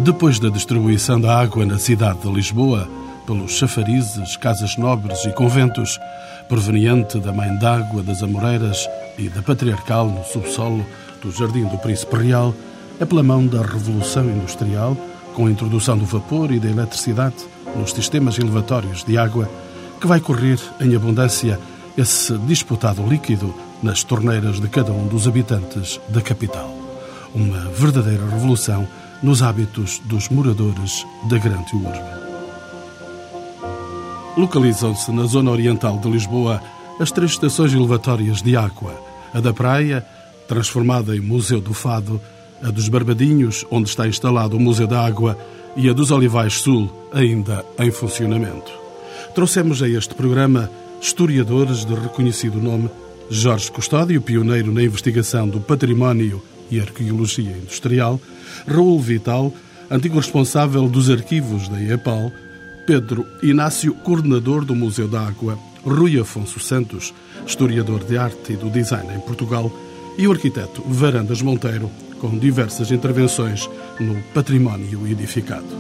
Depois da distribuição da água na cidade de Lisboa, pelos chafarizes, casas nobres e conventos, proveniente da Mãe d'Água das Amoreiras e da Patriarcal no subsolo do Jardim do Príncipe Real, é pela mão da Revolução Industrial, com a introdução do vapor e da eletricidade nos sistemas elevatórios de água, que vai correr em abundância esse disputado líquido nas torneiras de cada um dos habitantes da capital. Uma verdadeira revolução nos hábitos dos moradores da grande urbe. Localizam-se na zona oriental de Lisboa as 3 estações elevatórias de água: a da Praia, transformada em Museu do Fado, a dos Barbadinhos, onde está instalado o Museu da Água, e a dos Olivais Sul, ainda em funcionamento. Trouxemos a este programa historiadores de reconhecido nome: Jorge Custódio, pioneiro na investigação do património e arqueologia industrial; Raul Vital, antigo responsável dos arquivos da EPAL; Pedro Inácio, coordenador do Museu da Água; Rui Afonso Santos, historiador de arte e do design em Portugal; e o arquiteto Varandas Monteiro, com diversas intervenções no património edificado.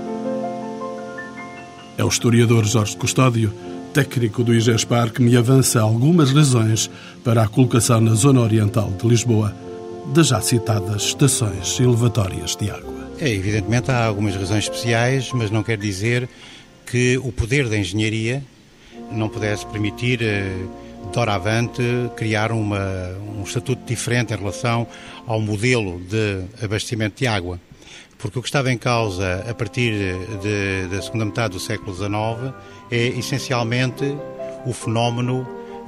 É o historiador Jorge Custódio, técnico do IGESPAR, que me avança algumas razões para a colocação na zona oriental de Lisboa das já citadas estações elevatórias de água. Evidentemente há algumas razões especiais, mas não quer dizer que o poder da engenharia não pudesse permitir, doravante, criar um estatuto diferente em relação ao modelo de abastecimento de água. Porque o que estava em causa a partir da segunda metade do século XIX é essencialmente o fenómeno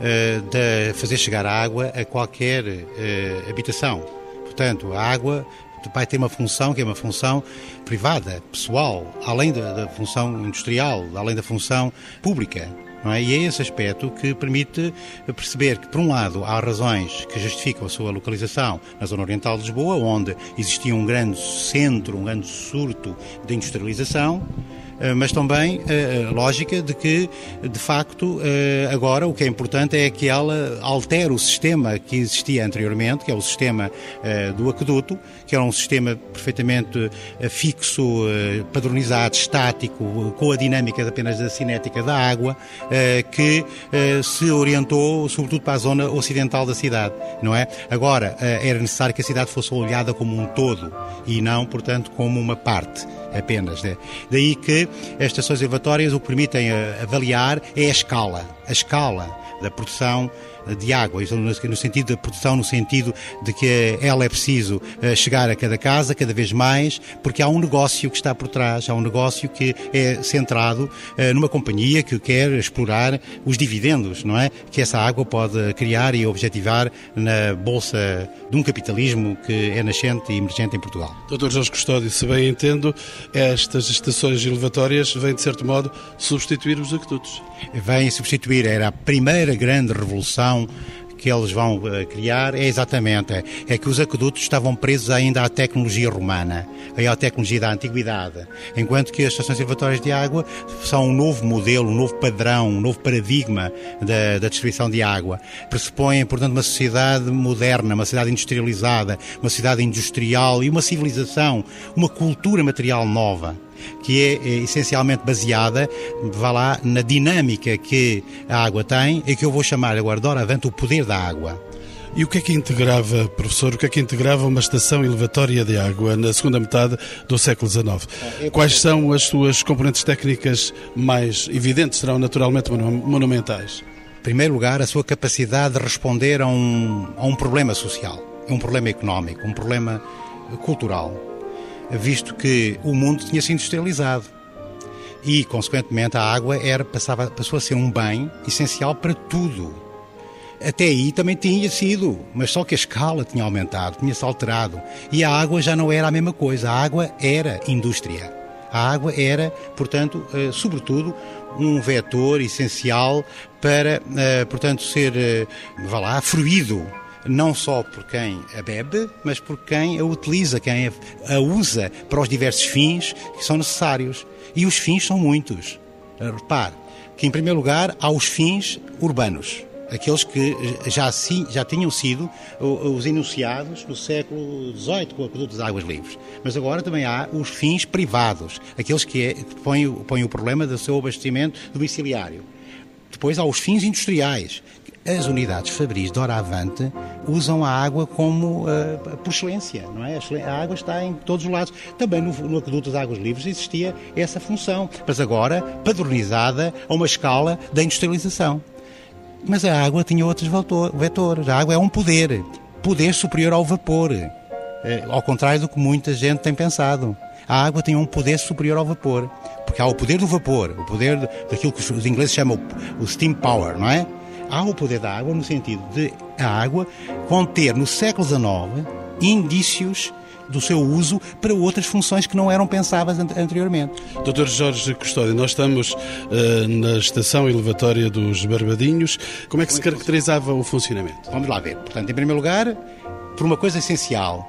de fazer chegar a água a qualquer habitação. Portanto, a água vai ter uma função que é uma função privada, pessoal, além da função industrial, além da função pública. Não é? E é esse aspecto que permite perceber que, por um lado, há razões que justificam a sua localização na zona oriental de Lisboa, onde existia um grande centro, um grande surto de industrialização, mas também a lógica de que, de facto, agora o que é importante é que ela altere o sistema que existia anteriormente, que é o sistema do aqueduto, que era um sistema perfeitamente fixo, padronizado, estático, com a dinâmica apenas da cinética da água, que se orientou sobretudo para a zona ocidental da cidade, não é? Agora, era necessário que a cidade fosse olhada como um todo e não, portanto, como uma parte apenas. Né? Daí que as estações elevatórias o que permitem avaliar é a escala da produção de água, no sentido da produção, no sentido de que ela é preciso chegar a cada casa, cada vez mais, porque há um negócio que está por trás, há um negócio que é centrado numa companhia que quer explorar os dividendos, não é? Que essa água pode criar e objetivar na bolsa de um capitalismo que é nascente e emergente em Portugal. Dr. Jorge Custódio, se bem entendo, estas estações elevatórias vêm, de certo modo, substituir os aquedutos. Vêm substituir, era a primeira grande revolução que eles vão criar, é exatamente que os aquedutos estavam presos ainda à tecnologia romana, à tecnologia da antiguidade, enquanto que as estações elevatórias de água são um novo modelo, um novo padrão, um novo paradigma da distribuição de água. Pressupõem, portanto, uma sociedade moderna, uma sociedade industrializada, uma sociedade industrial e uma civilização, uma cultura material nova, que é essencialmente baseada, na dinâmica que a água tem e que eu vou chamar agora, doravante, o poder da água. E o que é que integrava, professor, uma estação elevatória de água na segunda metade do século XIX? Quais são as suas componentes técnicas mais evidentes? Serão naturalmente monumentais. Em primeiro lugar, a sua capacidade de responder a um problema social, um problema económico, um problema cultural, visto que o mundo tinha se industrializado e, consequentemente, a água passou a ser um bem essencial para tudo. Até aí também tinha sido, mas só que a escala tinha aumentado, tinha-se alterado, e a água já não era a mesma coisa, a água era indústria. A água era, portanto, sobretudo, um vetor essencial para, portanto, ser, fruído, não só por quem a bebe, mas por quem a utiliza, quem a usa para os diversos fins que são necessários. E os fins são muitos. Repare que, em primeiro lugar, há os fins urbanos. aqueles que já tinham sido os enunciados no século XVIII com o Aqueduto das Águas Livres. Mas agora também há os fins privados, aqueles que põem o problema do seu abastecimento domiciliário. Depois há os fins industriais. As unidades fabris de Oravante usam a água como por excelência, não é? A água está em todos os lados. Também no Aqueduto das Águas Livres existia essa função, mas agora padronizada a uma escala da industrialização. Mas a água tinha outros vetores. A água é um poder superior ao vapor, ao contrário do que muita gente tem pensado. A água tinha um poder superior ao vapor, porque há o poder do vapor, o poder daquilo que os ingleses chamam o steam power, não é? Há o poder da água no sentido de a água conter no século XIX indícios do seu uso para outras funções que não eram pensadas anteriormente. Dr. Jorge Custódio, nós estamos na estação elevatória dos Barbadinhos. Como é que se caracterizava o funcionamento? Vamos lá ver. Portanto, em primeiro lugar, por uma coisa essencial,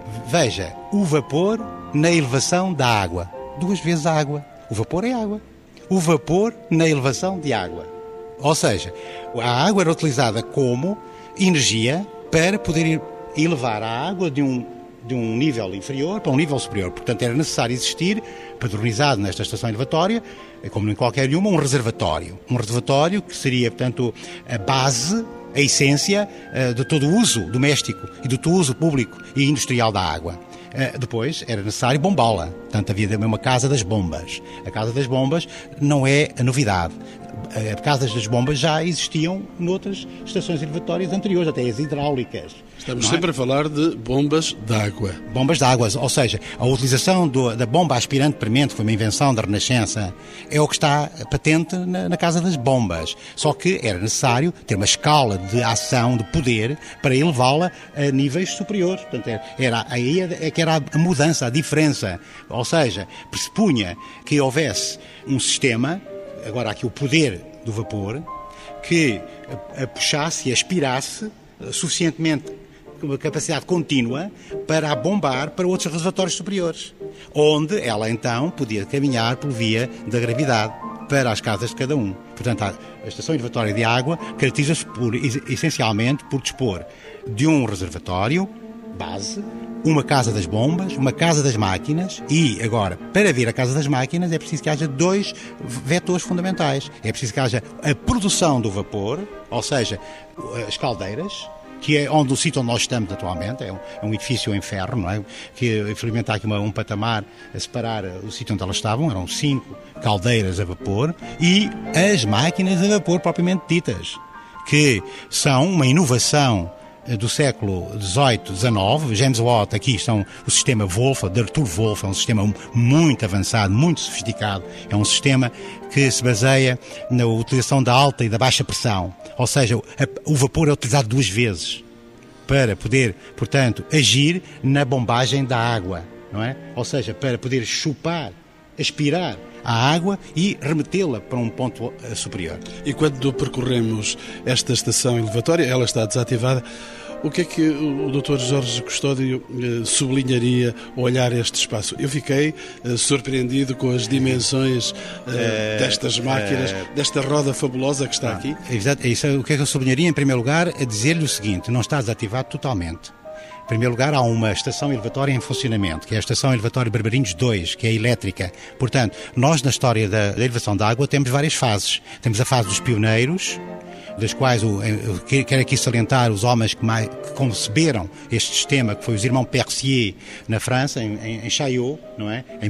veja o vapor na elevação da água. 2 vezes a água. O vapor é água. O vapor na elevação de água. Ou seja, a água era utilizada como energia para poder elevar a água de um nível inferior para um nível superior. Portanto, era necessário existir, padronizado nesta estação elevatória, como em qualquer uma, um reservatório. Um reservatório que seria, portanto, a base, a essência de todo o uso doméstico e de todo o uso público e industrial da água. Depois era necessário bombá-la. Portanto, havia também uma casa das bombas. A casa das bombas não é a novidade. As casas das bombas já existiam noutras estações elevatórias anteriores, até as hidráulicas. Estamos sempre a falar de bombas de água. Bombas de água, ou seja, a utilização da bomba aspirante premente, que foi uma invenção da Renascença, é o que está patente na casa das bombas. Só que era necessário ter uma escala de ação, de poder, para elevá-la a níveis superiores. Portanto, aí é que era a mudança, a diferença. Ou seja, pressupunha que houvesse um sistema, agora aqui o poder do vapor, que puxasse e aspirasse suficientemente uma capacidade contínua para a bombar para outros reservatórios superiores, onde ela então podia caminhar por via da gravidade para as casas de cada um. Portanto, a estação elevatória de água caracteriza-se essencialmente por dispor de um reservatório base, uma casa das bombas, uma casa das máquinas e, agora, para vir a casa das máquinas é preciso que haja 2 vetores fundamentais. É preciso que haja a produção do vapor, ou seja, as caldeiras, que é o sítio onde nós estamos atualmente, é um edifício em ferro, não é? Que infelizmente há aqui um patamar a separar o sítio onde elas estavam, eram 5 caldeiras a vapor, e as máquinas a vapor propriamente ditas, que são uma inovação do século XVIII, XIX. James Watt, aqui estão o sistema Wolf, de Arthur Wolf, é um sistema muito avançado, muito sofisticado. É um sistema que se baseia na utilização da alta e da baixa pressão. Ou seja, o vapor é utilizado 2 vezes para poder, portanto, agir na bombagem da água, não é? Ou seja, para poder chupar, aspirar a água e remetê-la para um ponto superior. E quando percorremos esta estação elevatória, ela está desativada, o que é que o Dr. Jorge Custódio sublinharia ao olhar este espaço? Eu fiquei surpreendido com as dimensões destas máquinas, desta roda fabulosa que está aqui. Exato. Isso, o que é que eu sublinharia? Em primeiro lugar, a dizer-lhe o seguinte: não está desativado totalmente. Em primeiro lugar, há uma estação elevatória em funcionamento, que é a estação elevatória Barbadinhos 2, que é elétrica. Portanto, nós na história da elevação da água temos várias fases. Temos a fase dos pioneiros, das quais eu quero aqui salientar os homens que conceberam este sistema, que foi os irmãos Percier, na França, em Chaillot, não é? Em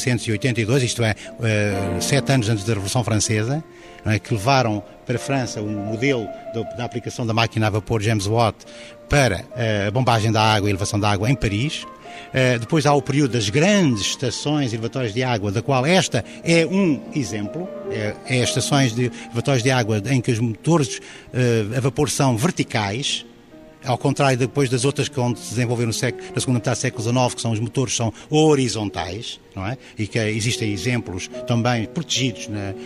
1782, isto é, 7 anos antes da Revolução Francesa, não é? Que levaram para a França o modelo da aplicação da máquina a vapor James Watt para a bombagem da água e elevação da água em Paris. Depois há o período das grandes estações elevatórias de água, da qual esta é um exemplo. É as estações elevatórias de água em que os motores a vapor são verticais, ao contrário depois das outras que onde se desenvolveram na segunda metade do século XIX, que são os motores são horizontais, não é? E que existem exemplos também protegidos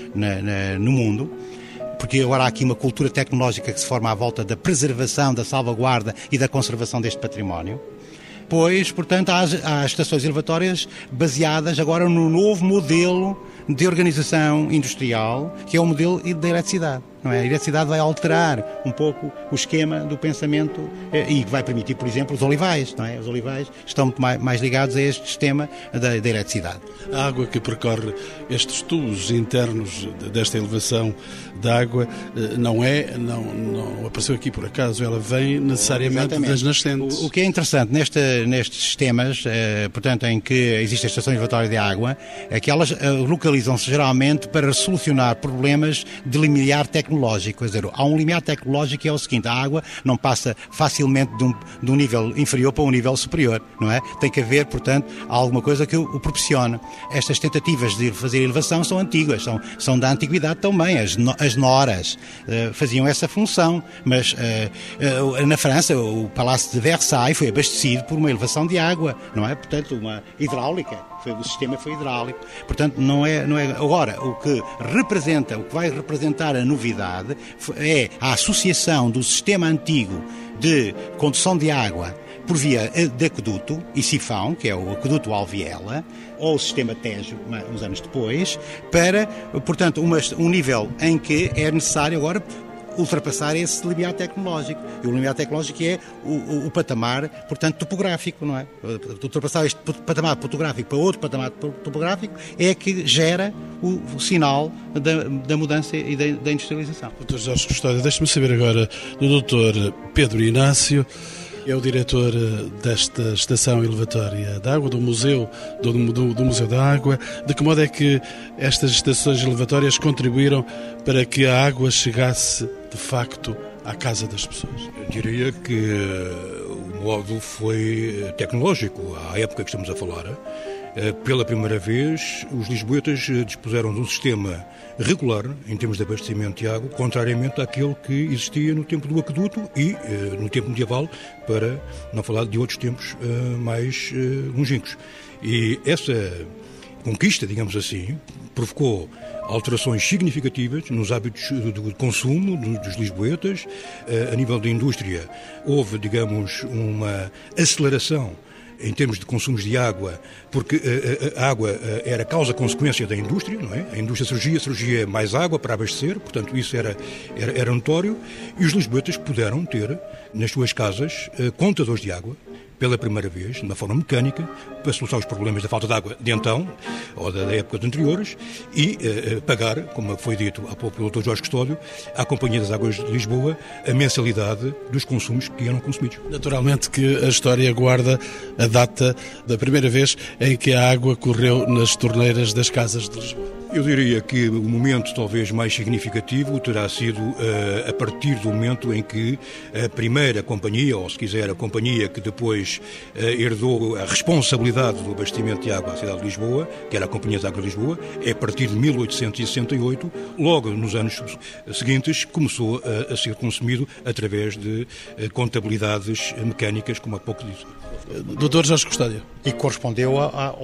no mundo. Porque agora há aqui uma cultura tecnológica que se forma à volta da preservação, da salvaguarda e da conservação deste património. Pois, portanto, há estações elevatórias baseadas agora no novo modelo de organização industrial, que é o modelo da eletricidade. não é? A eletricidade vai alterar um pouco o esquema do pensamento e vai permitir, por exemplo, os olivais, não é? Os olivais estão muito mais ligados a este sistema da eletricidade. A água que percorre estes tubos internos desta elevação da água não apareceu aqui por acaso, ela vem necessariamente das nascentes. O que é interessante nestes sistemas, portanto, em que existem estações elevatórias de água, é que elas localizam-se geralmente para solucionar problemas de limiar tecnológico. Quer dizer, há um limiar tecnológico que é o seguinte: a água não passa facilmente de um nível inferior para um nível superior, não é? Tem que haver, portanto, alguma coisa que o proporcione. Estas tentativas de fazer elevação são antigas, são da antiguidade também. As noras faziam essa função, mas na França o Palácio de Versailles foi abastecido por uma elevação de água, não é? Portanto, uma hidráulica. O sistema foi hidráulico. Portanto, não é. Agora, o que vai representar a novidade é a associação do sistema antigo de condução de água por via de aqueduto e sifão, que é o aqueduto Alviela, ou o sistema Tejo, uns anos depois, para, portanto, um nível em que é necessário agora ultrapassar esse limiar tecnológico. E o limiar tecnológico é o patamar, portanto, topográfico, não é? Ultrapassar este patamar topográfico para outro patamar topográfico é que gera o sinal da mudança e da industrialização. Dr. Jorge Custódio, deixe-me saber agora do Dr. Pedro Inácio. É o diretor desta estação elevatória da água, do Museu da Água. De que modo é que estas estações elevatórias contribuíram para que a água chegasse, de facto, à casa das pessoas? Eu diria que o modo foi tecnológico. À época que estamos a falar, pela primeira vez, os lisboetas dispuseram de um sistema regular em termos de abastecimento de água, contrariamente àquele que existia no tempo do aqueduto e no tempo medieval, para não falar de outros tempos mais longínquos. E essa conquista, digamos assim, provocou alterações significativas nos hábitos de consumo dos lisboetas. A nível da indústria, houve, digamos, uma aceleração em termos de consumos de água, porque a água era causa-consequência da indústria, não é? A indústria surgia mais água para abastecer, portanto isso era notório, e os lisboetas puderam ter nas suas casas contadores de água, pela primeira vez, de uma forma mecânica, para solucionar os problemas da falta de água de então, ou da época anteriores, e pagar, como foi dito há pouco pelo Dr. Jorge Custódio, à Companhia das Águas de Lisboa, a mensalidade dos consumos que eram consumidos. Naturalmente que a história guarda a data da primeira vez em que a água correu nas torneiras das casas de Lisboa. Eu diria que o momento talvez mais significativo terá sido a partir do momento em que a primeira companhia, ou se quiser a companhia que depois herdou a responsabilidade do abastecimento de água à cidade de Lisboa, que era a Companhia das Águas de Lisboa, é a partir de 1868, logo nos anos seguintes, começou a ser consumido através de contabilidades mecânicas, como há pouco disse. Dr. Jorge Custódio. E correspondeu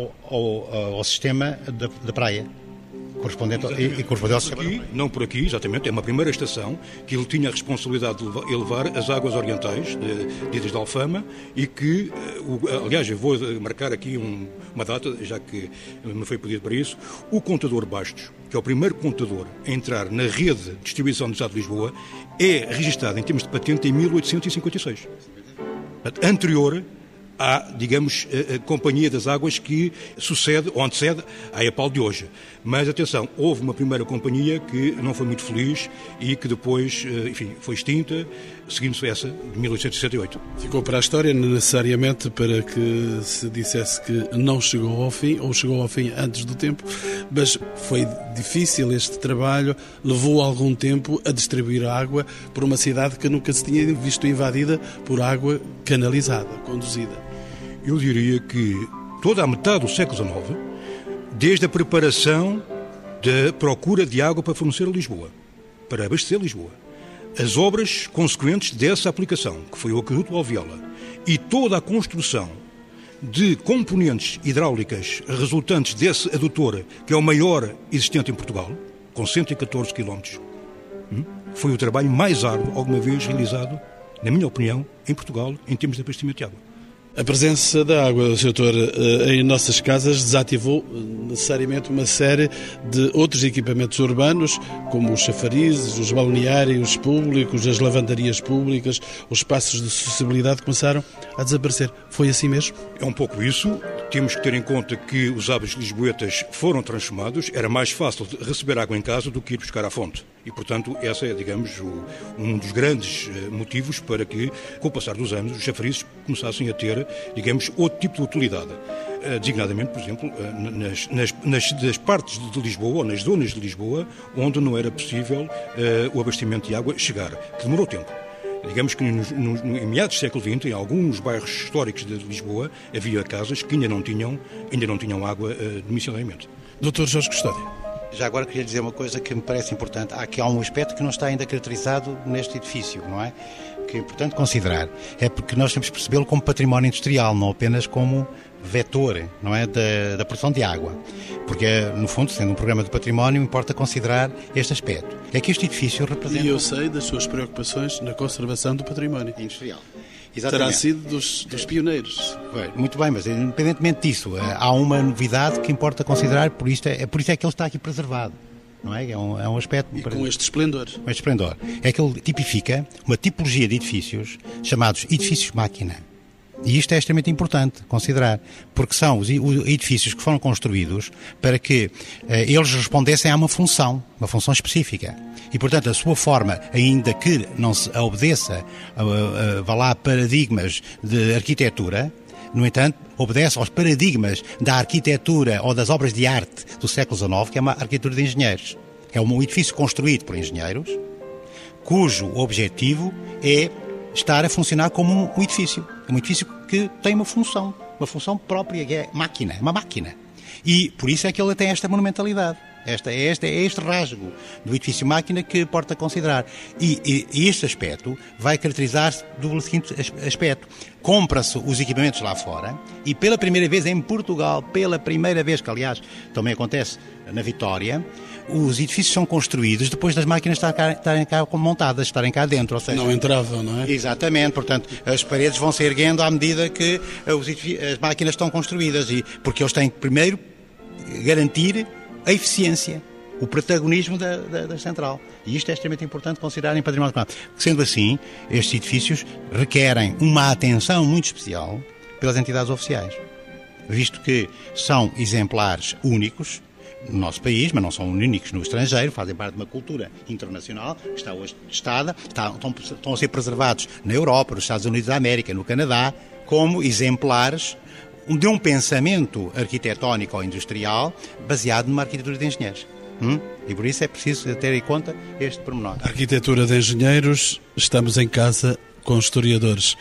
ao sistema da praia. Correspondeu ao sistema. Não por aqui, exatamente. É uma primeira estação que ele tinha a responsabilidade de elevar as águas orientais, ditas de Alfama, e que, aliás, eu vou marcar aqui uma data, já que me foi pedido para isso, o contador Bastos, que é o primeiro contador a entrar na rede de distribuição do Estado de Lisboa, é registado em termos de patente em 1856. Anterior à, digamos, a Companhia das Águas que sucede ou antecede à EPAL de hoje. Mas, atenção, houve uma primeira companhia que não foi muito feliz e que depois, enfim, foi extinta, seguindo-se essa de 1868. Ficou para a história necessariamente para que se dissesse que não chegou ao fim, ou chegou ao fim antes do tempo, mas foi difícil este trabalho, levou algum tempo a distribuir a água por uma cidade que nunca se tinha visto invadida por água canalizada, conduzida. Eu diria que toda a metade do século XIX, desde a preparação da procura de água para fornecer a Lisboa, para abastecer Lisboa, as obras consequentes dessa aplicação, que foi o aqueduto Alviola, e toda a construção de componentes hidráulicas resultantes desse adutor, que é o maior existente em Portugal, com 114 km, foi o trabalho mais árduo alguma vez realizado, na minha opinião, em Portugal, em termos de abastecimento de água. A presença da água, doutor, em nossas casas desativou necessariamente uma série de outros equipamentos urbanos, como os chafarizes, os balneários públicos, as lavandarias públicas, os espaços de sociabilidade começaram a desaparecer. Foi assim mesmo? É um pouco isso. Temos que ter em conta que os hábitos lisboetas foram transformados. Era mais fácil receber água em casa do que ir buscar à fonte. E, portanto, esse é, digamos, um dos grandes motivos para que, com o passar dos anos, os chafarizes começassem a ter, digamos, outro tipo de utilidade. Designadamente, por exemplo, nas partes de Lisboa, ou nas zonas de Lisboa, onde não era possível o abastecimento de água chegar, que demorou tempo. Digamos que em meados do século XX, em alguns bairros históricos de Lisboa, havia casas que ainda não tinham água domiciliarmente. Dr. Jorge Custódio. Já agora queria dizer uma coisa que me parece importante. Há um aspecto que não está ainda caracterizado neste edifício, não é? Que é importante considerar. É porque nós temos que percebê-lo como património industrial, não apenas como vetor, não é, da produção de água. Porque, no fundo, sendo um programa de património, importa considerar este aspecto. É que este edifício representa... E eu sei das suas preocupações na conservação do património industrial. Exatamente. Terá sido dos pioneiros. Muito bem, mas independentemente disso, há uma novidade que importa considerar, por isso é que ele está aqui preservado. Não é? É um aspecto... E com este esplendor. Com este esplendor. É que ele tipifica uma tipologia de edifícios chamados edifícios-máquina. E isto é extremamente importante considerar, porque são os edifícios que foram construídos para que eles respondessem a uma função específica. E, portanto, a sua forma, ainda que não se obedeça a paradigmas de arquitetura, no entanto, obedece aos paradigmas da arquitetura ou das obras de arte do século XIX, que é uma arquitetura de engenheiros. É um edifício construído por engenheiros, cujo objetivo é estar a funcionar como um edifício. É um edifício que tem uma função própria, que é uma máquina. E por isso é que ele tem esta monumentalidade. É este rasgo do edifício máquina que importa considerar. E este aspecto vai caracterizar-se do seguinte aspecto. Compra-se os equipamentos lá fora e pela primeira vez em Portugal, que aliás também acontece na Vitória, os edifícios são construídos depois das máquinas estarem cá montadas, estarem cá dentro. Ou seja, não entravam, não é? Exatamente, portanto, as paredes vão se erguendo à medida que as máquinas estão construídas, porque eles têm que primeiro garantir a eficiência, o protagonismo da central. E isto é extremamente importante considerar em património cultural. Sendo assim, estes edifícios requerem uma atenção muito especial pelas entidades oficiais, visto que são exemplares únicos no nosso país, mas não são únicos no estrangeiro, fazem parte de uma cultura internacional que está hoje testada, estão a ser preservados na Europa, nos Estados Unidos da América, no Canadá, como exemplares de um pensamento arquitetónico ou industrial baseado numa arquitetura de engenheiros. E por isso é preciso ter em conta este pormenor. Arquitetura de engenheiros, estamos em casa com historiadores.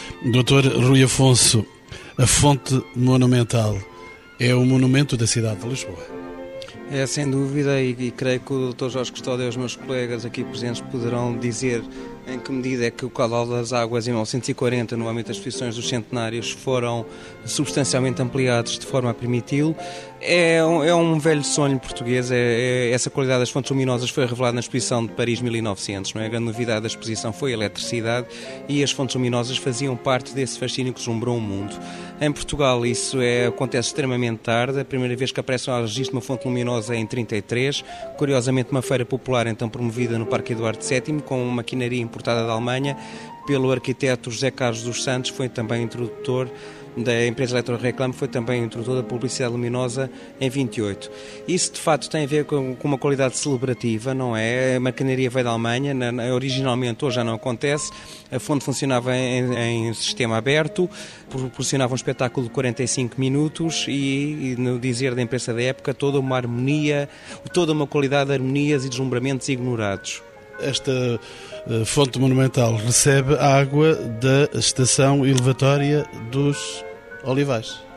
Dr. Rui Afonso, a fonte monumental é o monumento da cidade de Lisboa. É, sem dúvida, e creio que o Dr. Jorge Custódio e os meus colegas aqui presentes poderão dizer em que medida é que o caudal das águas em 1940, no âmbito das exposições dos centenários, foram substancialmente ampliados de forma a permiti-lo. É um velho sonho português, essa qualidade das fontes luminosas foi revelada na exposição de Paris 1900, não é? A grande novidade da exposição foi a eletricidade e as fontes luminosas faziam parte desse fascínio que deslumbrou o mundo. Em Portugal isso acontece extremamente tarde, a primeira vez que aparece um registro de uma fonte luminosa é em 1933, curiosamente uma feira popular então promovida no Parque Eduardo VII, com maquinaria importada da Alemanha, pelo arquiteto José Carlos dos Santos, foi também introdutor da empresa Eletroreclame, foi também introdutor da publicidade luminosa em 28. Isso de facto tem a ver com uma qualidade celebrativa, não é? A maquinaria veio da Alemanha, originalmente hoje já não acontece, a fonte funcionava em sistema aberto, proporcionava um espetáculo de 45 minutos e no dizer da imprensa da época, toda uma harmonia, toda uma qualidade de harmonias e deslumbramentos ignorados. Esta fonte monumental recebe a água da estação elevatória dos Olivais.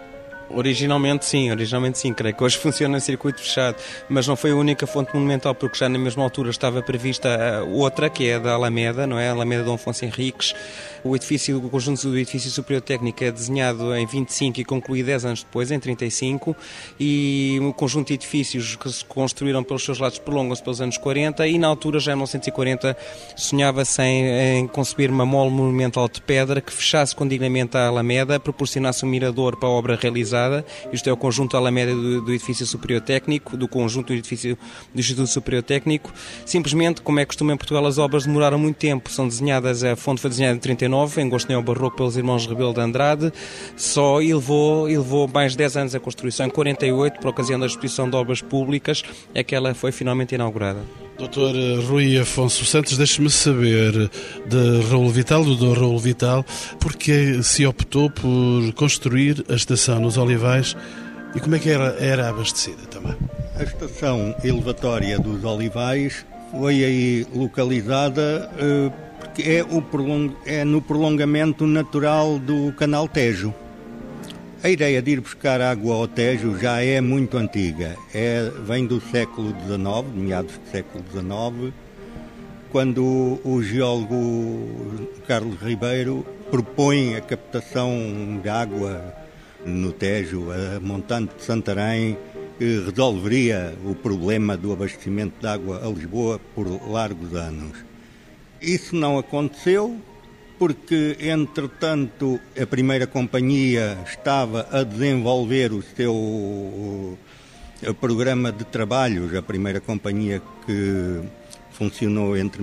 Originalmente sim, creio que hoje funciona em circuito fechado, mas não foi a única fonte monumental, porque já na mesma altura estava prevista outra, que é a da Alameda, não é? A Alameda Dom Afonso Henriques. O conjunto do edifício superior técnico é desenhado em 25 e concluído 10 anos depois, em 35, e o conjunto de edifícios que se construíram pelos seus lados prolongam-se pelos anos 40, e na altura, já em 1940, sonhava-se em conceber uma mole monumental de pedra que fechasse condignamente a Alameda, proporcionasse um mirador para a obra realizada. Isto é o conjunto da Alameda do edifício superior técnico, do conjunto do edifício do Instituto Superior Técnico. Simplesmente, como é costume em Portugal, as obras demoraram muito tempo. São desenhadas, a fonte foi desenhada em 39, em gosto neobarroco pelos irmãos Rebelo de Andrade, só e levou mais de 10 anos a construção. Em 48, por ocasião da exposição de obras públicas, é que ela foi finalmente inaugurada. Dr. Rui Afonso Santos, deixe-me saber de Raul Vital, do Dr. Raul Vital, porque se optou por construir a estação nos Olivais e como é que era abastecida também? A estação elevatória dos Olivais foi aí localizada porque é no prolongamento natural do canal Tejo. A ideia de ir buscar água ao Tejo já é muito antiga. Vem do século XIX, meados do século XIX, quando o geólogo Carlos Ribeiro propõe a captação de água no Tejo. A montante de Santarém resolveria o problema do abastecimento de água a Lisboa por largos anos. Isso não aconteceu porque, entretanto, a primeira companhia estava a desenvolver o seu programa de trabalhos, a primeira companhia que funcionou entre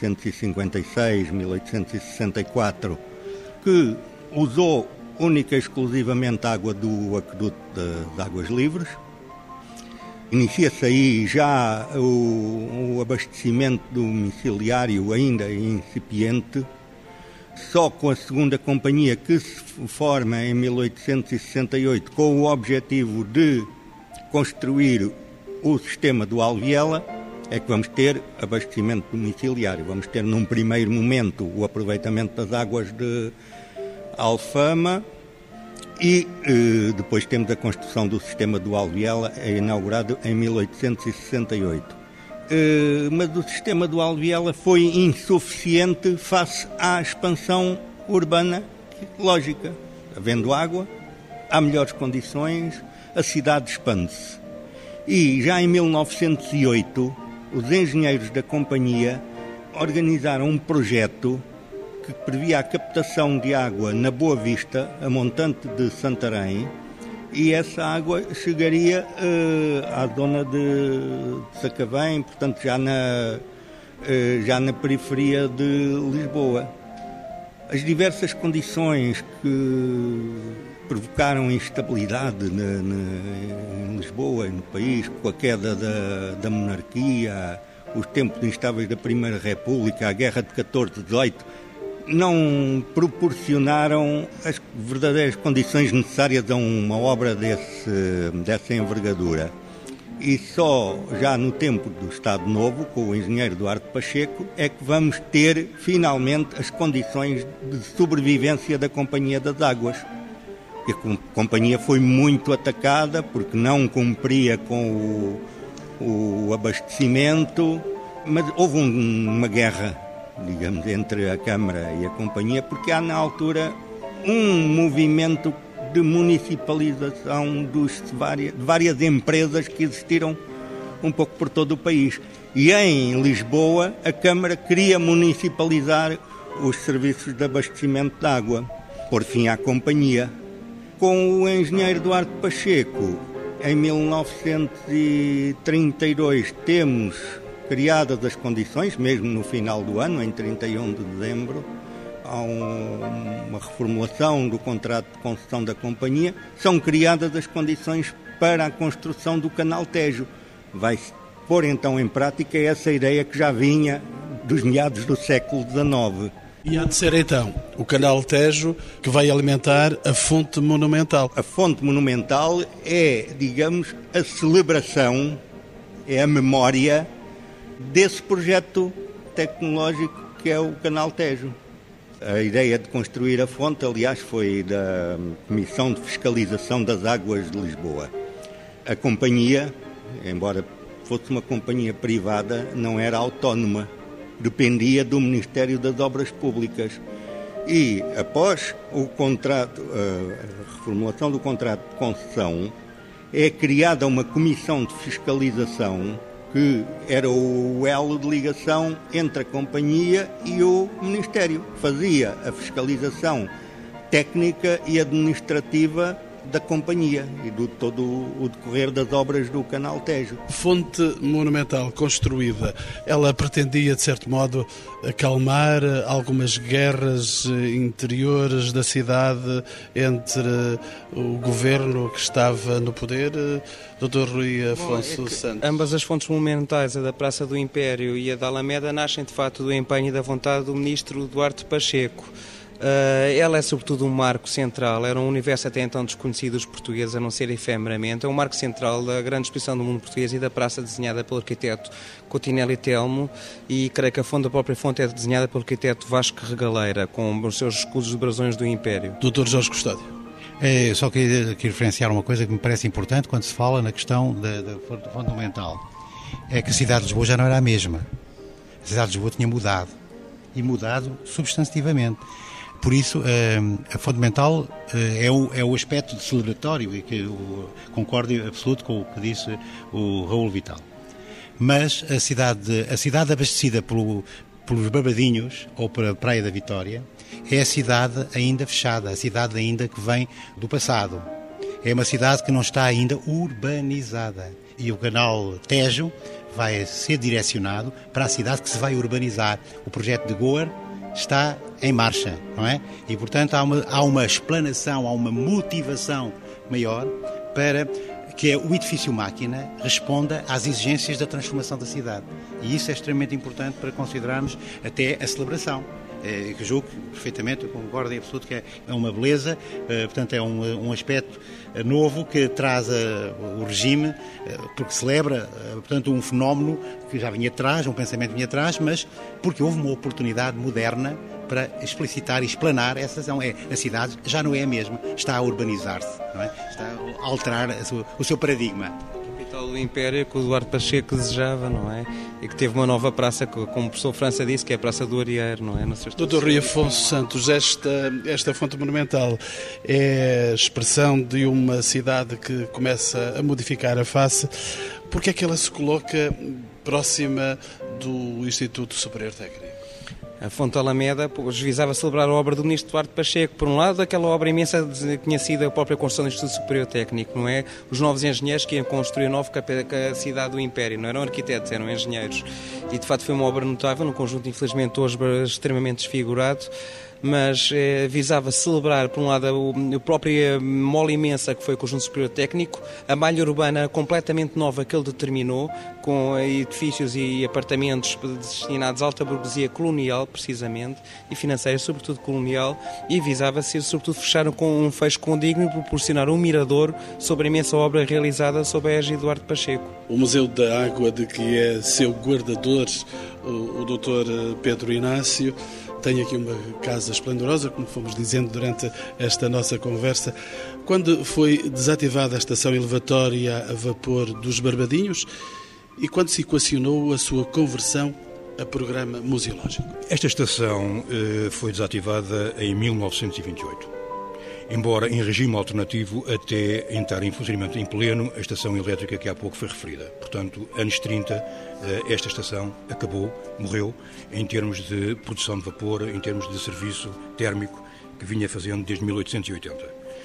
1856 e 1864, que usou única e exclusivamente a água do aqueduto das Águas Livres. Inicia-se aí já o abastecimento domiciliário ainda incipiente. Só com a segunda companhia, que se forma em 1868 com o objetivo de construir o sistema do Alviela, é que vamos ter abastecimento domiciliário. Vamos ter num primeiro momento o aproveitamento das águas de Alfama e depois temos a construção do sistema do Alviela, inaugurado em 1868. Mas o sistema do Alviela foi insuficiente face à expansão urbana lógica. Havendo água, há melhores condições, a cidade expande-se. E já em 1908, os engenheiros da companhia organizaram um projeto que previa a captação de água na Boa Vista, a montante de Santarém, e essa água chegaria à zona de Sacavém, portanto já na periferia de Lisboa. As diversas condições que provocaram instabilidade em Lisboa e no país, com a queda da monarquia, os tempos instáveis da Primeira República, a Guerra de 14-18, não proporcionaram as verdadeiras condições necessárias a uma obra dessa envergadura. E só já no tempo do Estado Novo, com o engenheiro Duarte Pacheco, é que vamos ter finalmente as condições de sobrevivência da Companhia das Águas. E a companhia foi muito atacada porque não cumpria com o abastecimento, mas houve uma guerra, digamos, entre a Câmara e a companhia, porque há na altura um movimento de municipalização de várias empresas que existiram um pouco por todo o país. E em Lisboa a Câmara queria municipalizar os serviços de abastecimento de água, por fim à companhia. Com o engenheiro Duarte Pacheco, em 1932 temos criadas as condições, mesmo no final do ano, em 31 de dezembro, há uma reformulação do contrato de concessão da companhia, são criadas as condições para a construção do canal Tejo. Vai-se pôr então em prática essa ideia que já vinha dos meados do século XIX. E há de ser então o canal Tejo que vai alimentar a fonte monumental. A fonte monumental é, digamos, a celebração, é a memória desse projeto tecnológico que é o canal Tejo. A ideia de construir a fonte, aliás, foi da Comissão de Fiscalização das Águas de Lisboa. A companhia, embora fosse uma companhia privada, não era autónoma, dependia do Ministério das Obras Públicas. E, após o contrato, a reformulação do contrato de concessão, é criada uma comissão de fiscalização que era o elo de ligação entre a companhia e o Ministério. Fazia a fiscalização técnica e administrativa da companhia e de todo o decorrer das obras do Canal Tejo. Fonte monumental construída, ela pretendia, de certo modo, acalmar algumas guerras interiores da cidade entre o governo que estava no poder, Dr. Rui Afonso Santos. Ambas as fontes monumentais, a da Praça do Império e a da Alameda, nascem de facto do empenho e da vontade do ministro Duarte Pacheco. Ela é sobretudo um marco central, era um universo até então desconhecido dos portugueses, a não ser efemeramente. É um marco central da grande exposição do mundo português e da praça desenhada pelo arquiteto Coutinelli Telmo, e creio que a própria fonte é desenhada pelo arquiteto Vasco Regaleira, com os seus escudos de brasões do Império. Dr. Jorge Custódio. Só queria aqui referenciar uma coisa que me parece importante quando se fala na questão da fonte monumental. É que a cidade de Lisboa já não era a mesma. A cidade de Lisboa tinha mudado, e mudado substantivamente. Por isso, a fundamental é o aspecto de celebratório, e que concordo absoluto com o que disse o Raul Vital. Mas a cidade abastecida pelos Barbadinhos ou pela Praia da Vitória é a cidade ainda fechada, a cidade ainda que vem do passado. É uma cidade que não está ainda urbanizada. E o canal Tejo vai ser direcionado para a cidade que se vai urbanizar. O projeto de Goa está em marcha, não é? E, portanto, há uma explanação, há uma motivação maior para que o edifício máquina responda às exigências da transformação da cidade. E isso é extremamente importante para considerarmos até a celebração. Que julgo perfeitamente, eu concordo em absoluto que é uma beleza, portanto é um aspecto novo que traz o regime, porque celebra, portanto, um fenómeno que já vinha atrás, um pensamento vinha atrás, mas porque houve uma oportunidade moderna para explicitar e explanar essa ação. A cidade já não é a mesma, está a urbanizar-se, não é? Está a alterar o seu paradigma. Do Império que o Duarte Pacheco desejava, não é? E que teve uma nova praça, como o professor França disse, que é a Praça do Arieiro, não é? Dr. Rui Afonso Santos, esta fonte monumental é a expressão de uma cidade que começa a modificar a face. Porque é que ela se coloca próxima do Instituto Superior Técnico? A Fonte Alameda visava celebrar a obra do ministro Duarte Pacheco. Por um lado, aquela obra imensa que tinha sido a própria construção do Instituto Superior Técnico, não é? Os novos engenheiros que iam construir a nova cidade do Império, não eram arquitetos, eram engenheiros. E, de facto, foi uma obra notável, num conjunto, infelizmente, hoje extremamente desfigurado, mas visava celebrar, por um lado, a própria mole imensa que foi o Conjunto Superior Técnico, a malha urbana completamente nova que ele determinou, com edifícios e apartamentos destinados à alta burguesia colonial, precisamente, e financeira, sobretudo colonial, e visava-se, sobretudo, fechar com um fecho condigno e proporcionar um mirador sobre a imensa obra realizada sob a égide de Duarte Pacheco. O Museu da Água, de que é seu guardador o Dr. Pedro Inácio, tem aqui uma casa esplendorosa, como fomos dizendo durante esta nossa conversa. Quando foi desativada a estação elevatória a vapor dos Barbadinhos e quando se equacionou a sua conversão a programa museológico? Esta estação foi desativada em 1928. Embora em regime alternativo até entrar em funcionamento em pleno a estação elétrica que há pouco foi referida. Portanto, anos 30, esta estação acabou, morreu, em termos de produção de vapor, em termos de serviço térmico que vinha fazendo desde 1880.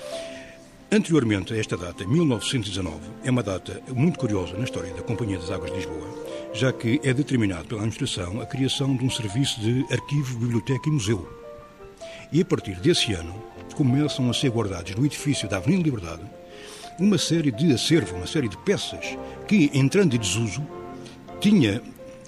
Anteriormente a esta data, 1919, é uma data muito curiosa na história da Companhia das Águas de Lisboa, já que é determinado pela administração a criação de um serviço de arquivo, biblioteca e museu. E a partir desse ano, começam a ser guardados no edifício da Avenida Liberdade uma série de acervo, uma série de peças que, entrando em desuso, tinha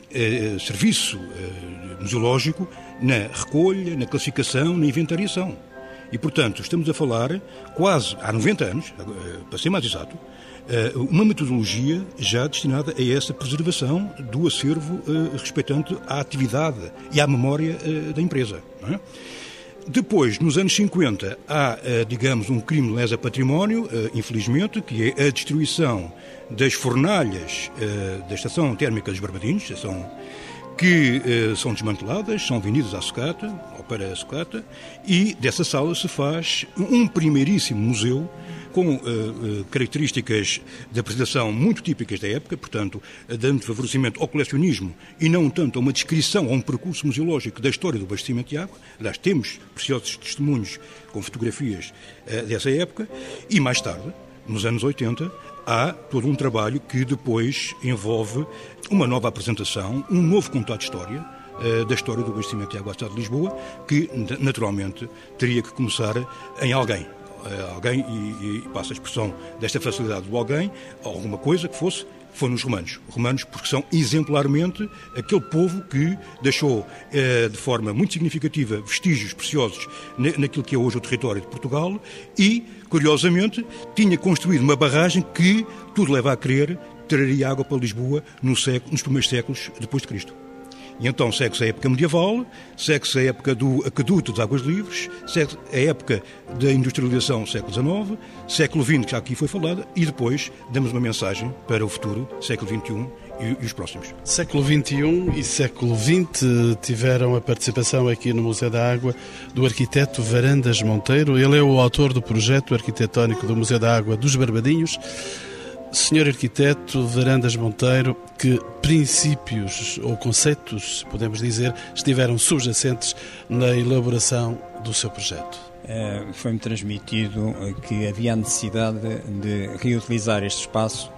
serviço museológico na recolha, na classificação, na inventariação. E, portanto, estamos a falar quase há 90 anos, para ser mais exato, uma metodologia já destinada a essa preservação do acervo respeitante à atividade e à memória da empresa. Não é? Depois, nos anos 50, há, digamos, um crime de lesa património, infelizmente, que é a destruição das fornalhas da estação térmica dos Barbadinhos, que são desmanteladas, são vendidas à sucata, ou para a sucata, e dessa sala se faz um primeiríssimo museu com características de apresentação muito típicas da época, portanto, dando favorecimento ao colecionismo e não tanto a uma descrição, a um percurso museológico da história do abastecimento de água. Aliás, temos preciosos testemunhos com fotografias dessa época, e mais tarde, nos anos 80, há todo um trabalho que depois envolve uma nova apresentação, um novo conto de história, da história do abastecimento de água à cidade de Lisboa, que naturalmente teria que começar em alguém, e passa a expressão desta facilidade do alguém, alguma coisa que foi nos romanos, porque são exemplarmente aquele povo que deixou de forma muito significativa vestígios preciosos naquilo que é hoje o território de Portugal e, curiosamente, tinha construído uma barragem que, tudo leva a crer, traria água para Lisboa nos primeiros séculos depois de Cristo. E então segue-se a época medieval, segue-se a época do aqueduto das águas livres, segue-se a época da industrialização, século XIX, século XX, que já aqui foi falada, e depois damos uma mensagem para o futuro, século XXI e os próximos. Século XXI e século XX tiveram a participação aqui no Museu da Água do arquiteto Varandas Monteiro. Ele é o autor do projeto arquitetónico do Museu da Água dos Barbadinhos. Senhor arquiteto Varandas Monteiro, que princípios ou conceitos, podemos dizer, estiveram subjacentes na elaboração do seu projeto? Foi-me transmitido que havia a necessidade de reutilizar este espaço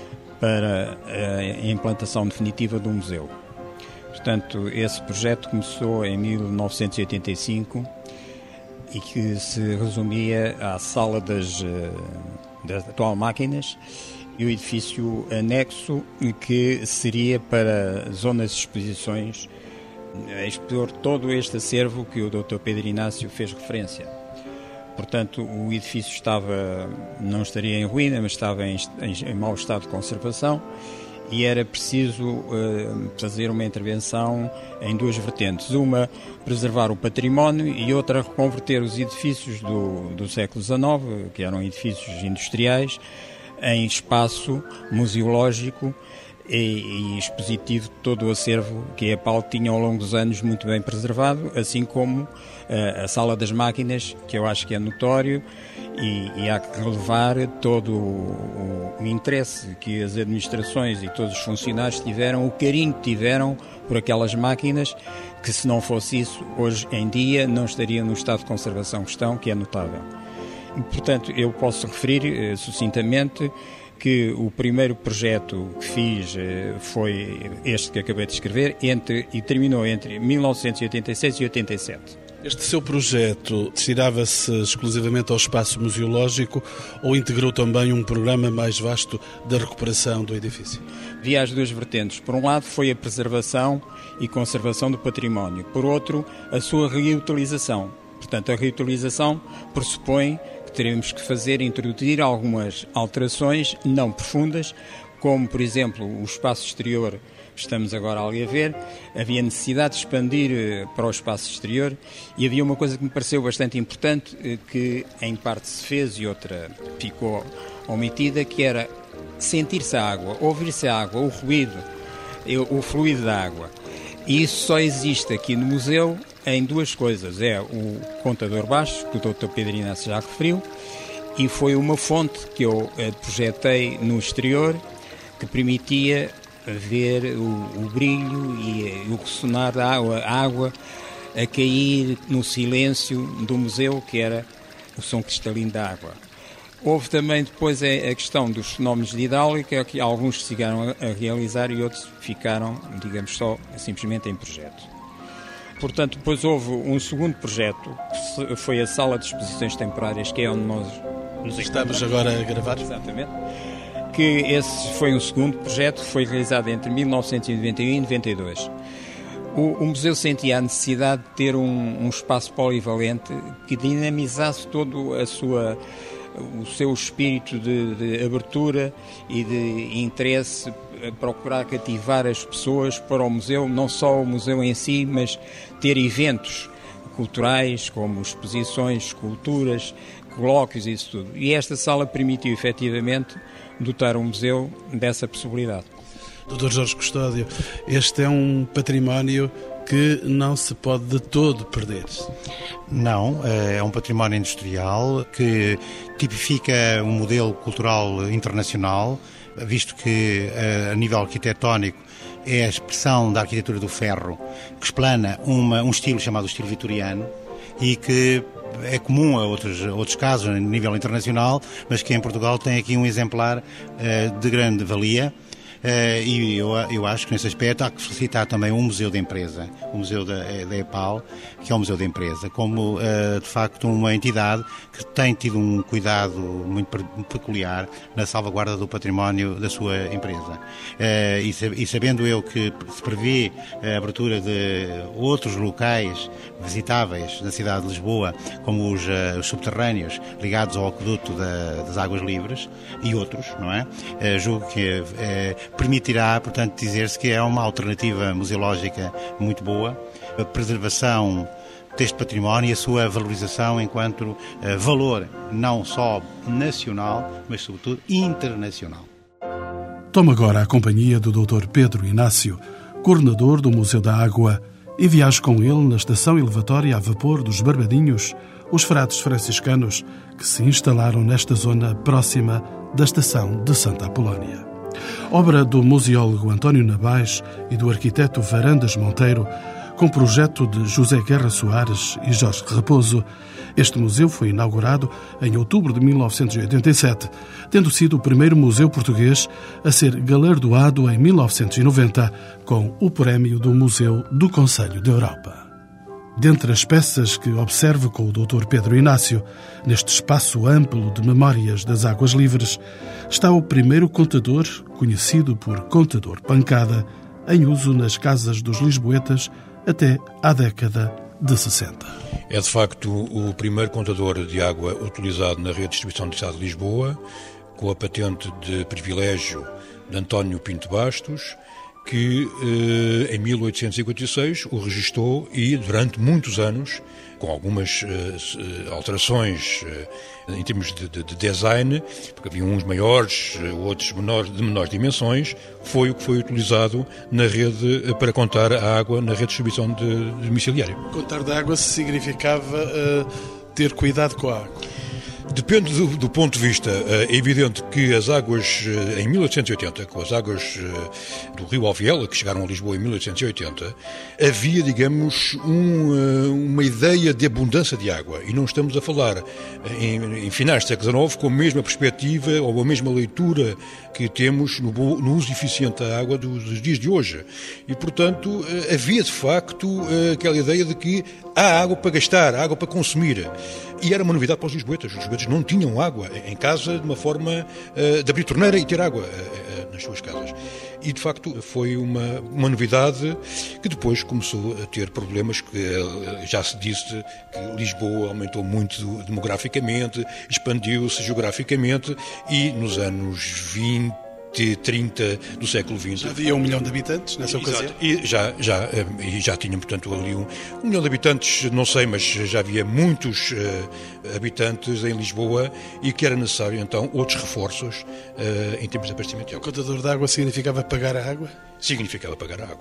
para a implantação definitiva do museu. Portanto, esse projeto começou em 1985 e que se resumia à sala das atual máquinas e o edifício anexo, que seria para zonas de exposições, a expor todo este acervo que o Dr. Pedro Inácio fez referência. Portanto, o edifício não estaria em ruína, mas estava em mau estado de conservação e era preciso fazer uma intervenção em duas vertentes. Uma, preservar o património, e outra, reconverter os edifícios do século XIX, que eram edifícios industriais, em espaço museológico e expositivo de todo o acervo que a EPAL tinha ao longo dos anos muito bem preservado, assim como a sala das máquinas, que eu acho que é notório, e há que relevar todo o interesse que as administrações e todos os funcionários tiveram, o carinho que tiveram por aquelas máquinas, que se não fosse isso, hoje em dia não estariam no estado de conservação que estão, que é notável. E, portanto, eu posso referir sucintamente que o primeiro projeto que fiz foi este que acabei de escrever e terminou entre 1986 e 87. Este seu projeto destinava-se exclusivamente ao espaço museológico ou integrou também um programa mais vasto da recuperação do edifício? Havia as duas vertentes. Por um lado foi a preservação e conservação do património. Por outro, a sua reutilização. Portanto, a reutilização pressupõe que teremos que introduzir algumas alterações não profundas, como, por exemplo, o espaço exterior que estamos agora ali a ver. Havia necessidade de expandir para o espaço exterior e havia uma coisa que me pareceu bastante importante, que em parte se fez e outra ficou omitida, que era sentir-se a água, ouvir-se a água, o ruído, o fluido da água. E isso só existe aqui no museu em duas coisas. É o contador baixo, que o Dr. Pedro Inácio já referiu, e foi uma fonte que eu projetei no exterior, que permitia ver o brilho e o ressonar da água a cair no silêncio do museu, que era o som cristalino da água. Houve também depois a questão dos fenómenos de hidráulica, que alguns chegaram a realizar e outros ficaram, digamos, só simplesmente em projeto. Portanto, depois houve um segundo projeto, que foi a Sala de Exposições Temporárias, que é onde nós nos estamos agora a gravar. Exatamente. Que esse foi um segundo projeto, foi realizado entre 1991 e 92. O museu sentia a necessidade de ter um espaço polivalente que dinamizasse todo o seu espírito de abertura e de interesse, a procurar cativar as pessoas para o museu, não só o museu em si, mas ter eventos culturais, como exposições, esculturas, colóquios, isso tudo. E esta sala permitiu, efetivamente, dotar o museu dessa possibilidade. Dr. Jorge Custódio, este é um património que não se pode de todo perder. Não, é um património industrial que tipifica um modelo cultural internacional, visto que a nível arquitetónico é a expressão da arquitetura do ferro, que explana um estilo chamado estilo vitoriano e que é comum a outros casos a nível internacional, mas que em Portugal tem aqui um exemplar de grande valia. E eu acho que nesse aspecto há que felicitar também um museu de empresa, o Museu da EPAL, que é um museu de empresa, como de facto uma entidade que tem tido um cuidado muito peculiar na salvaguarda do património da sua empresa. E sabendo eu que se prevê a abertura de outros locais visitáveis na cidade de Lisboa, como os subterrâneos ligados ao aqueduto das Águas Livres e outros, não é? Julgo que permitirá, portanto, dizer-se que é uma alternativa museológica muito boa, a preservação deste património e a sua valorização enquanto valor não só nacional, mas sobretudo internacional. Tomo agora a companhia do Dr. Pedro Inácio, coordenador do Museu da Água, e viajo com ele na estação elevatória a vapor dos Barbadinhos, os frades franciscanos que se instalaram nesta zona próxima da estação de Santa Apolónia. Obra do museólogo António Nabais e do arquiteto Varandas Monteiro, com projeto de José Guerra Soares e Jorge Raposo, este museu foi inaugurado em outubro de 1987, tendo sido o primeiro museu português a ser galardoado em 1990 com o prémio do Museu do Conselho da Europa. Dentre as peças que observo com o Dr. Pedro Inácio, neste espaço amplo de memórias das Águas Livres, está o primeiro contador, conhecido por contador pancada, em uso nas casas dos lisboetas até à década de 60. É de facto o primeiro contador de água utilizado na rede de distribuição do Estado de Lisboa, com a patente de privilégio de António Pinto Bastos, que em 1856 o registou e durante muitos anos, com algumas alterações em termos de design, porque havia uns maiores, outros de menores dimensões, foi o que foi utilizado na rede para contar a água na rede de distribuição domiciliária. Contar da água significava ter cuidado com a água. Depende do ponto de vista. É evidente que as águas, em 1880, com as águas do rio Alviela, que chegaram a Lisboa em 1880, havia, digamos, uma ideia de abundância de água. E não estamos a falar, em finais do século XIX, com a mesma perspectiva ou a mesma leitura que temos no uso eficiente da água dos dias de hoje. E, portanto, havia, de facto, aquela ideia de que há água para gastar, há água para consumir. E era uma novidade para os lisboetas. Os lisboetas não tinham água em casa de uma forma de abrir torneira e ter água nas suas casas. E, de facto, foi uma novidade que depois começou a ter problemas, que já se disse que Lisboa aumentou muito demograficamente, expandiu-se geograficamente e nos anos 20, 30 do século XX. Já havia 1 milhão de habitantes nessa ocasião? E já tinham, portanto, ali 1 milhão de habitantes, não sei, mas já havia muitos habitantes em Lisboa e que era necessário, então, outros reforços em termos de abastecimento de água. O contador de água significava pagar a água? Significava pagar a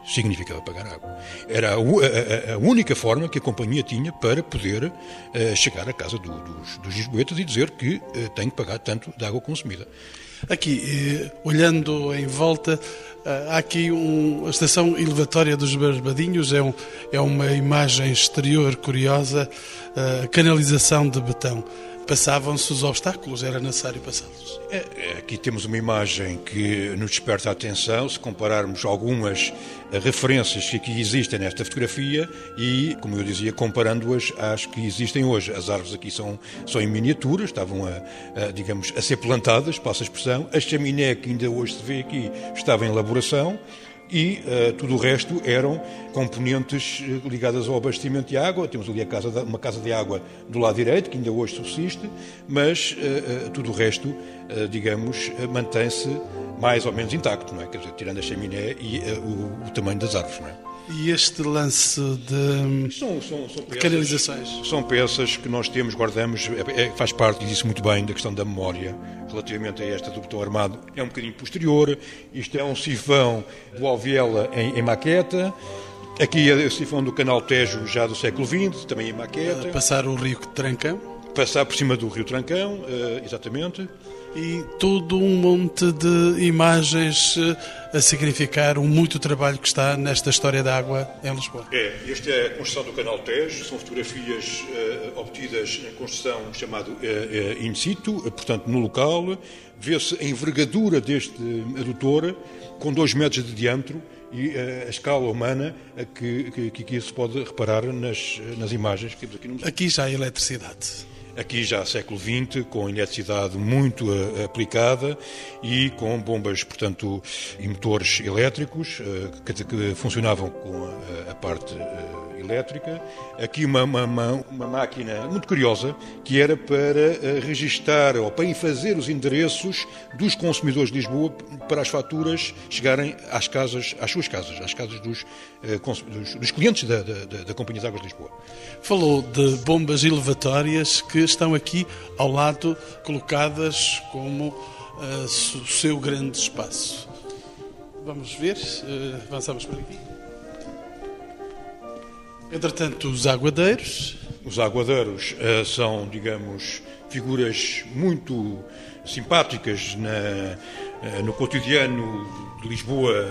água. Era a única forma que a companhia tinha para poder chegar à casa dos lisboetas e dizer que tem que pagar tanto de água consumida. Aqui, olhando em volta, há aqui a estação elevatória dos Barbadinhos, é uma imagem exterior curiosa, canalização de betão. Passavam-se os obstáculos, era necessário passá-los. Aqui temos uma imagem que nos desperta a atenção, se compararmos algumas referências que aqui existem nesta fotografia e, como eu dizia, comparando-as às que existem hoje. As árvores aqui são em miniatura, estavam a ser plantadas, passa a expressão. A chaminé que ainda hoje se vê aqui estava em elaboração. E tudo o resto eram componentes ligadas ao abastecimento de água. Temos ali uma casa de água do lado direito, que ainda hoje subsiste, mas tudo o resto, digamos, mantém-se mais ou menos intacto, não é? Quer dizer, tirando a chaminé e o tamanho das árvores, não é? E este lance de São peças, canalizações? São peças que nós temos, guardamos, faz parte, e disse muito bem, da questão da memória. Relativamente a esta do botão armado, é um bocadinho posterior. Isto é um sifão do Alviela em maqueta. Aqui é o sifão do Canal Tejo, já do século XX, também em maqueta. Passar o rio Trancão. Passar por cima do rio Trancão, exatamente. E todo um monte de imagens a significar muito trabalho que está nesta história da água em Lisboa. Esta é a construção do Canal Tejo, são fotografias obtidas em construção chamado in situ, portanto no local. Vê-se a envergadura deste adutor com 2 metros de diâmetro e a escala humana que aqui se pode reparar nas imagens que temos aqui no museu. Aqui já há eletricidade. Aqui já século XX, com eletricidade muito aplicada e com bombas, portanto, e motores elétricos que funcionavam com a parte elétrica. Aqui uma máquina muito curiosa que era para registar ou para fazer os endereços dos consumidores de Lisboa para as faturas chegarem às suas casas, às casas dos clientes da Companhia de Águas de Lisboa. Falou de bombas elevatórias que estão aqui ao lado, colocadas como o seu grande espaço. Vamos ver, avançamos por aqui. Entretanto, os aguadeiros. Os aguadeiros são, digamos, figuras muito simpáticas no cotidiano de Lisboa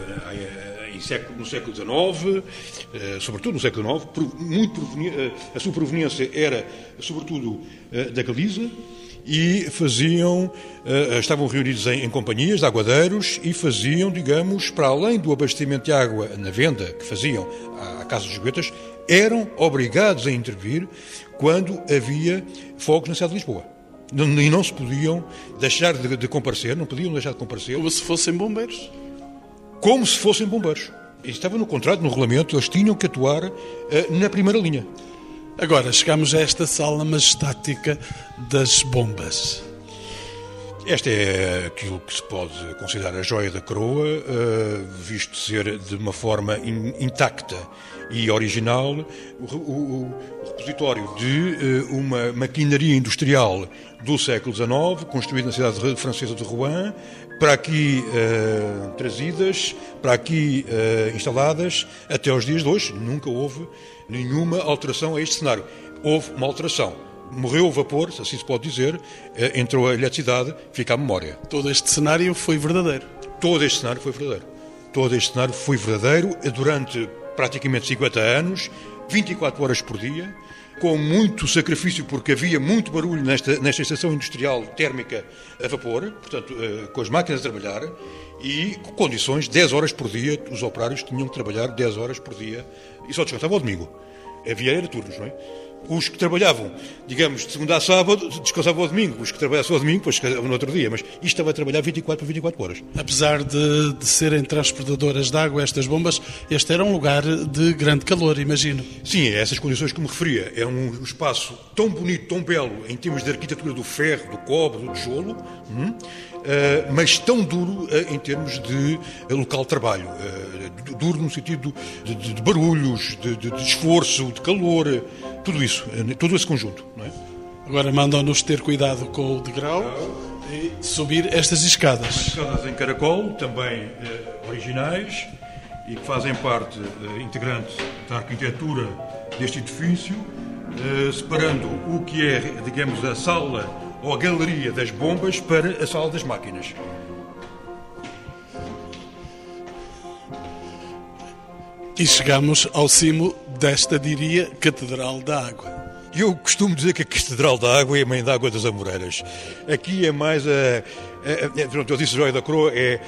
no século XIX, sobretudo no século XIX. A sua proveniência era, sobretudo, da Galiza. E estavam reunidos em companhias de aguadeiros e faziam, digamos, para além do abastecimento de água na venda que faziam à Casa dos Goetas, eram obrigados a intervir quando havia fogos na cidade de Lisboa. E não se podiam deixar de comparecer, não podiam deixar de comparecer. Como se fossem bombeiros. Como se fossem bombeiros. Isso estava no contrato, no regulamento, eles tinham que atuar na primeira linha. Agora, chegamos a esta sala majestática das bombas. Esta é aquilo que se pode considerar a joia da coroa, visto ser de uma forma intacta e original, o repositório de uma maquinaria industrial do século XIX, construída na cidade francesa de Rouen, para aqui trazidas, para aqui instaladas, até aos dias de hoje. Nunca houve nenhuma alteração a este cenário. Houve uma alteração. Morreu o vapor, assim se pode dizer, entrou a eletricidade, fica a memória. Todo este cenário foi verdadeiro. Todo este cenário foi verdadeiro. Todo este cenário foi verdadeiro durante praticamente 50 anos, 24 horas por dia, com muito sacrifício, porque havia muito barulho nesta estação industrial térmica a vapor, portanto, com as máquinas a trabalhar, e com condições, 10 horas por dia, os operários tinham que trabalhar 10 horas por dia, e só descansavam ao domingo. Havia turnos, não é? Os que trabalhavam, digamos, de segunda a sábado, descansavam ao domingo. Os que trabalhavam ao domingo, depois descansavam no outro dia. Mas isto estava a trabalhar 24 por 24 horas. Apesar de serem transportadoras de água, estas bombas, este era um lugar de grande calor, imagino. Sim, é essas condições que me referia. É um espaço tão bonito, tão belo, em termos de arquitetura do ferro, do cobre, do tijolo, mas tão duro em termos de local de trabalho. Duro no sentido de barulhos, de esforço, de calor, tudo isso, todo esse conjunto. Não é? Agora mandam-nos ter cuidado com o degrau e subir estas escadas. Escadas em caracol, também originais, e que fazem parte integrante da arquitetura deste edifício, separando o que é, digamos, a sala ou a galeria das bombas para a sala das máquinas. E chegamos ao cimo desta, diria, Catedral da Água. Eu costumo dizer que a Catedral da Água é a mãe da água das Amoreiras. Aqui é mais eu disse Joia da Coroa, é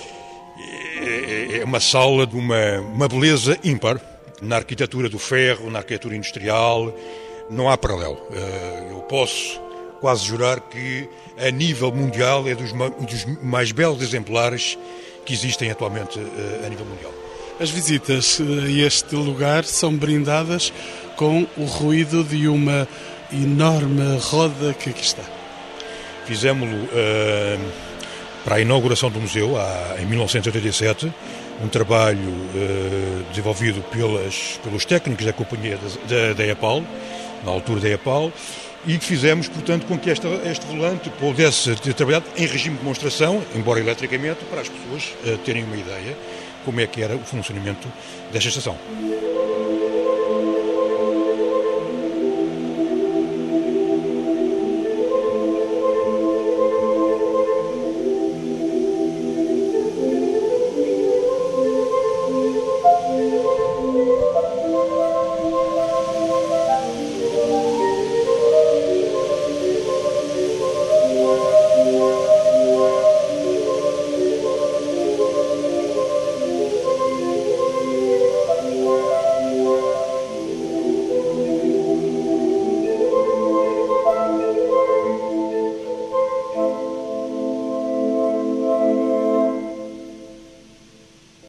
uma sala de uma beleza ímpar na arquitetura do ferro, na arquitetura industrial. Não há paralelo. Eu posso quase jurar que, a nível mundial, é dos mais belos exemplares que existem atualmente a nível mundial. As visitas a este lugar são brindadas com o ruído de uma enorme roda que aqui está. Fizemos-lo para a inauguração do museu, em 1987, um trabalho desenvolvido pelos técnicos da companhia da EAPAL, na altura da EAPAL, e que fizemos, portanto, com que este volante pudesse ter trabalhado em regime de demonstração, embora eletricamente, para as pessoas terem uma ideia como é que era o funcionamento desta estação.